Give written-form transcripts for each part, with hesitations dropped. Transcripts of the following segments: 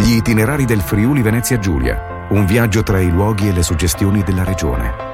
Gli itinerari del Friuli Venezia Giulia, un viaggio tra i luoghi e le suggestioni della regione.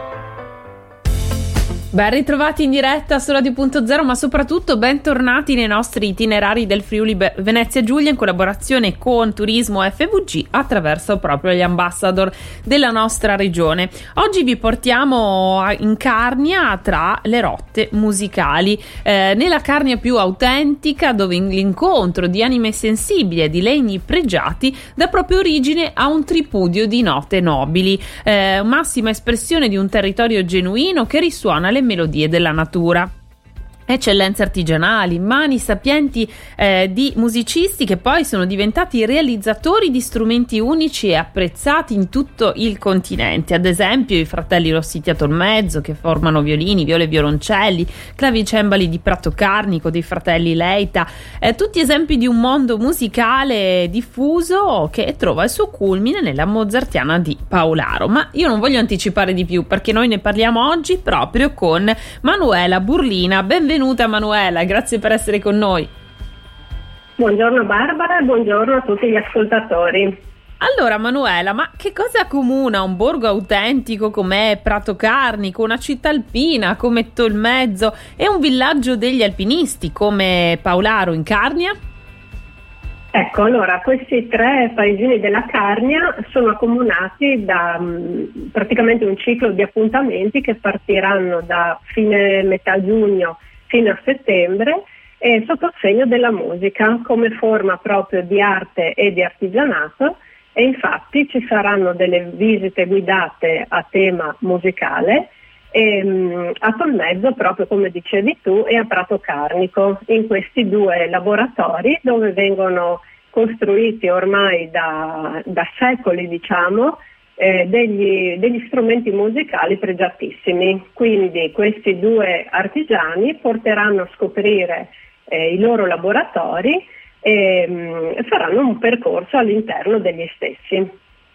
Ben ritrovati in diretta su Radio.0, ma soprattutto bentornati nei nostri itinerari del Friuli Venezia Giulia in collaborazione con Turismo FVG attraverso proprio gli ambassador della nostra regione. Oggi vi portiamo in Carnia tra le rotte musicali, nella Carnia più autentica, dove l'incontro di anime sensibili e di legni pregiati dà proprio origine a un tripudio di note nobili, massima espressione di un territorio genuino che risuona le melodie della natura. Eccellenze artigianali, mani sapienti di musicisti che poi sono diventati realizzatori di strumenti unici e apprezzati in tutto il continente. Ad esempio i fratelli Rossiti a Tolmezzo, che formano violini, viole e violoncelli, clavicembali di Prato Carnico, dei fratelli Leita, tutti esempi di un mondo musicale diffuso che trova il suo culmine nella mozartiana di Paolaro. Ma io non voglio anticipare di più, perché noi ne parliamo oggi proprio con Manuela Burlina. Benvenuta Manuela, grazie per essere con noi. Buongiorno Barbara e buongiorno a tutti gli ascoltatori. Allora Manuela, ma che cosa accomuna un borgo autentico come Prato Carnico, una città alpina come Tolmezzo e un villaggio degli alpinisti come Paolaro in Carnia? Ecco, allora questi tre paesini della Carnia sono accomunati da praticamente un ciclo di appuntamenti che partiranno da fine metà giugno fino a settembre sotto il segno della musica come forma proprio di arte e di artigianato, e infatti ci saranno delle visite guidate a tema musicale a Tolmezzo, proprio come dicevi tu, e a Prato Carnico, in questi due laboratori dove vengono costruiti ormai da secoli, diciamo, degli strumenti musicali pregiatissimi. Quindi questi due artigiani porteranno a scoprire i loro laboratori e faranno un percorso all'interno degli stessi.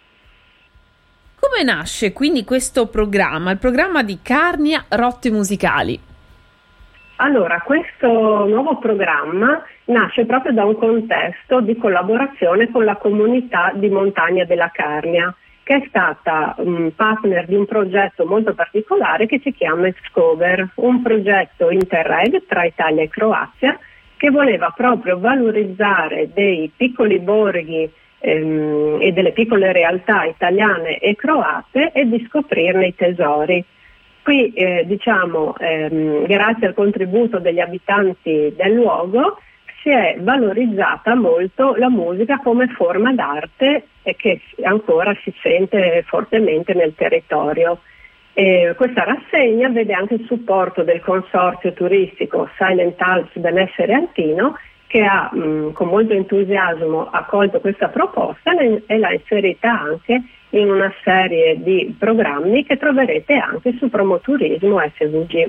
Come nasce quindi questo programma, il programma di Carnia Rotte Musicali? Allora, questo nuovo programma nasce proprio da un contesto di collaborazione con la comunità di montagna della Carnia, che è stata partner di un progetto molto particolare che si chiama Excover, un progetto interreg tra Italia e Croazia che voleva proprio valorizzare dei piccoli borghi e delle piccole realtà italiane e croate e di scoprirne i tesori. Qui grazie al contributo degli abitanti del luogo si è valorizzata molto la musica come forma d'arte e che ancora si sente fortemente nel territorio. Questa rassegna vede anche il supporto del consorzio turistico Silent Alps Benessere Alpino, che ha con molto entusiasmo accolto questa proposta e l'ha inserita anche in una serie di programmi che troverete anche su Promoturismo FVG.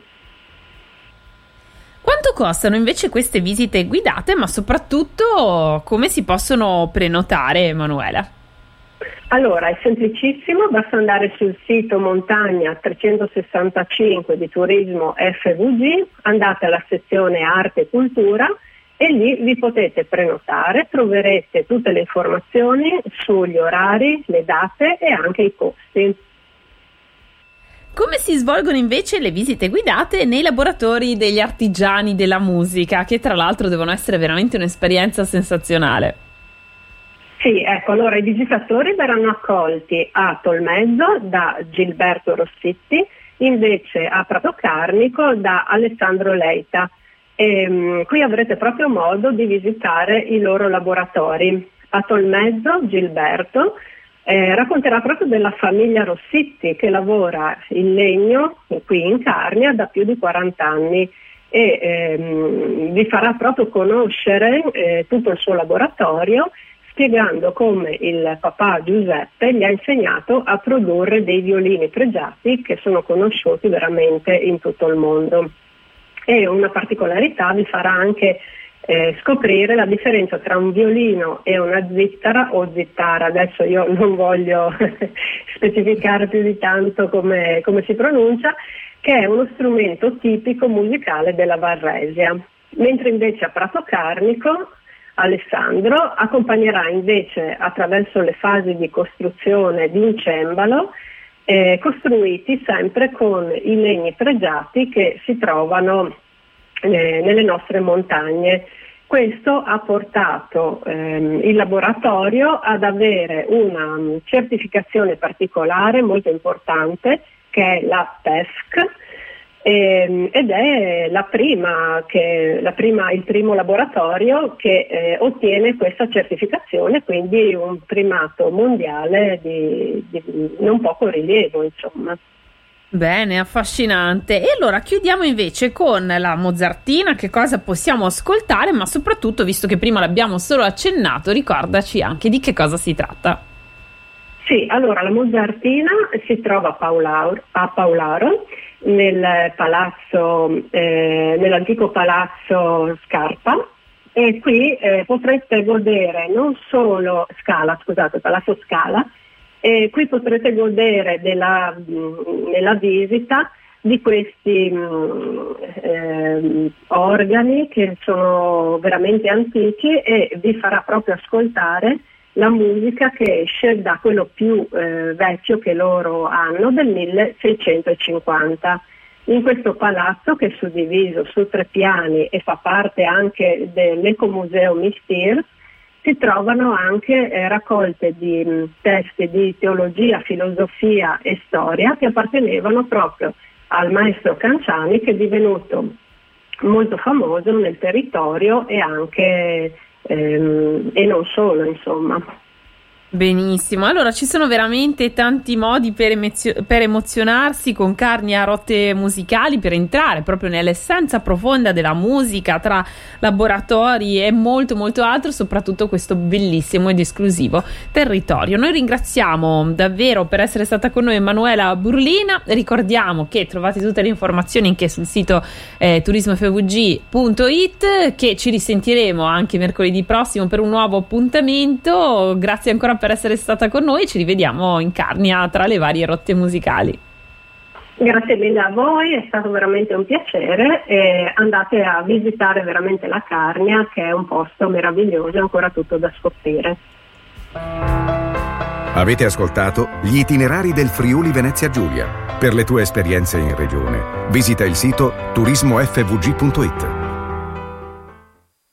Quanto costano invece queste visite guidate, ma soprattutto come si possono prenotare, Emanuela? Allora, è semplicissimo, basta andare sul sito Montagna 365 di Turismo FVG, andate alla sezione Arte e Cultura e lì vi potete prenotare, troverete tutte le informazioni sugli orari, le date e anche i costi. Come si svolgono invece le visite guidate nei laboratori degli artigiani della musica, che tra l'altro devono essere veramente un'esperienza sensazionale? Sì, ecco, allora i visitatori verranno accolti a Tolmezzo da Gilberto Rossiti, invece a Prato Carnico da Alessandro Leita. Qui avrete proprio modo di visitare i loro laboratori. A Tolmezzo Gilberto racconterà proprio della famiglia Rossiti che lavora in legno qui in Carnia da più di 40 anni e vi farà proprio conoscere tutto il suo laboratorio, spiegando come il papà Giuseppe gli ha insegnato a produrre dei violini pregiati che sono conosciuti veramente in tutto il mondo. E una particolarità vi farà anche scoprire la differenza tra un violino e una zittara o zittara. Adesso io non voglio specificare più di tanto come si pronuncia, che è uno strumento tipico musicale della Varresia. Mentre invece a Prato Carnico Alessandro, accompagnerà invece attraverso le fasi di costruzione di un cembalo costruiti sempre con i legni pregiati che si trovano nelle nostre montagne. Questo ha portato il laboratorio ad avere una certificazione particolare molto importante che è la PESC, ed è il primo laboratorio che ottiene questa certificazione, quindi un primato mondiale di non poco rilievo, insomma. Bene, affascinante. E allora chiudiamo invece con la Mozartina. Che cosa possiamo ascoltare? Ma soprattutto, visto che prima l'abbiamo solo accennato, ricordaci anche di che cosa si tratta. Sì, allora la Mozartina si trova a Paolaro, nell'antico palazzo Scarpa, e qui potrete godere non solo Palazzo Scala, e qui potrete godere nella visita di questi organi che sono veramente antichi, e vi farà proprio ascoltare la musica che esce da quello più vecchio che loro hanno, del 1650. In questo palazzo, che è suddiviso su 3 piani e fa parte anche dell'Ecomuseo Mistirs, si trovano anche raccolte di testi di teologia, filosofia e storia che appartenevano proprio al maestro Canciani, che è divenuto molto famoso nel territorio e anche e non solo, insomma. Benissimo, allora ci sono veramente tanti modi per emozionarsi con Carnia Rotte Musicali, per entrare proprio nell'essenza profonda della musica, tra laboratori e molto molto altro, soprattutto questo bellissimo ed esclusivo territorio. Noi ringraziamo davvero per essere stata con noi Emanuela Burlina. Ricordiamo che trovate tutte le informazioni anche sul sito turismofvg.it, che ci risentiremo anche mercoledì prossimo per un nuovo appuntamento. Grazie ancora per essere stata con noi, ci rivediamo in Carnia tra le varie rotte musicali. Grazie mille a voi, è stato veramente un piacere, e andate a visitare veramente la Carnia, che è un posto meraviglioso, ancora tutto da scoprire. Avete ascoltato gli itinerari del Friuli Venezia Giulia. Per le tue esperienze in regione, visita il sito turismofvg.it.